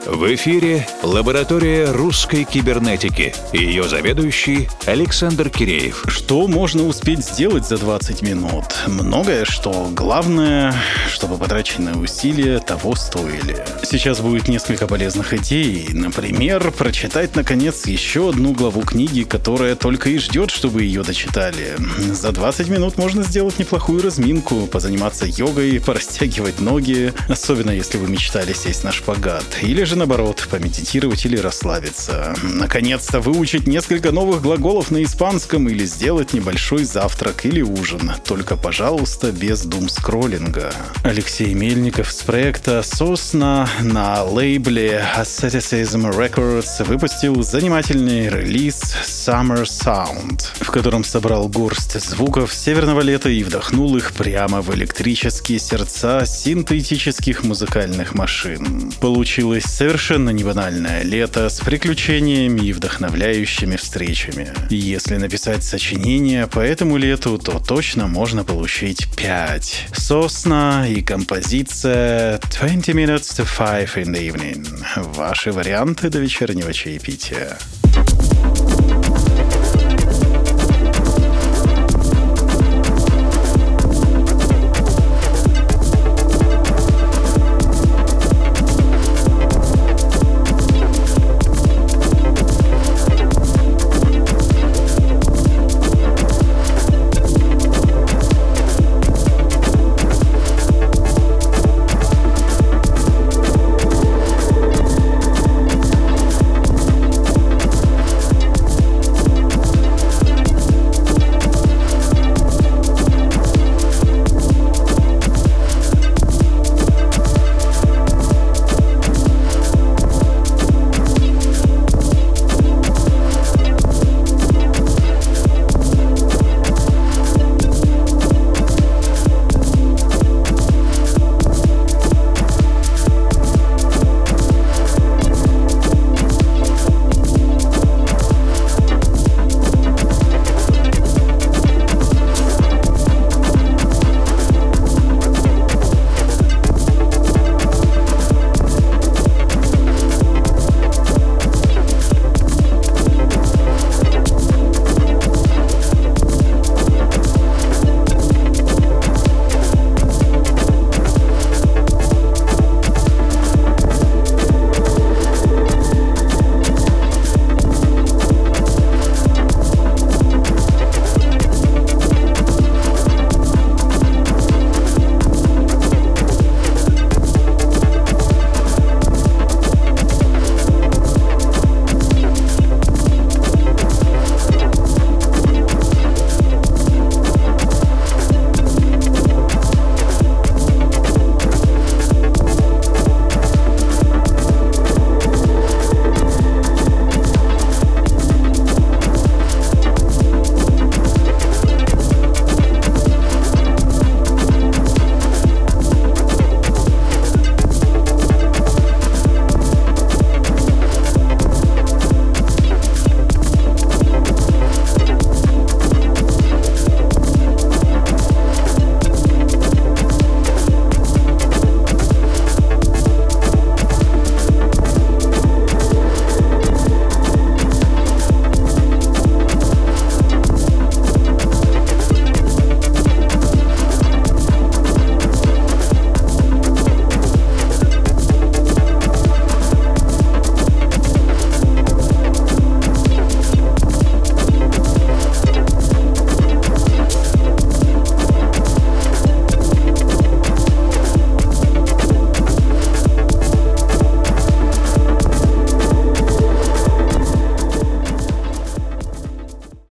В эфире лаборатория русской кибернетики и ее заведующий Александр Киреев. Что можно успеть сделать за 20 минут? Многое что. Главное, чтобы потраченные усилия того стоили. Сейчас будет несколько полезных идей. Например, прочитать, наконец, еще одну главу книги, которая только и ждет, чтобы ее дочитали. За 20 минут можно сделать неплохую разминку, позаниматься йогой, порастягивать ноги, особенно если вы мечтали сесть на шпагат. Или же наоборот, помедитировать или расслабиться. Наконец-то выучить несколько новых глаголов на испанском или сделать небольшой завтрак или ужин. Только, пожалуйста, без думскроллинга. Алексей Мельников с проекта «Сосна» на лейбле Asceticism Records выпустил занимательный релиз Summer Sound, в котором собрал горсть звуков северного лета и вдохнул их прямо в электрические сердца синтетических музыкальных машин. Получилось совершенно небанальное лето с приключениями и вдохновляющими встречами. Если написать сочинение по этому лету, то точно можно получить 5. «Сосна» и композиция 20 minutes to 5 in the evening. Ваши варианты до вечернего чаепития.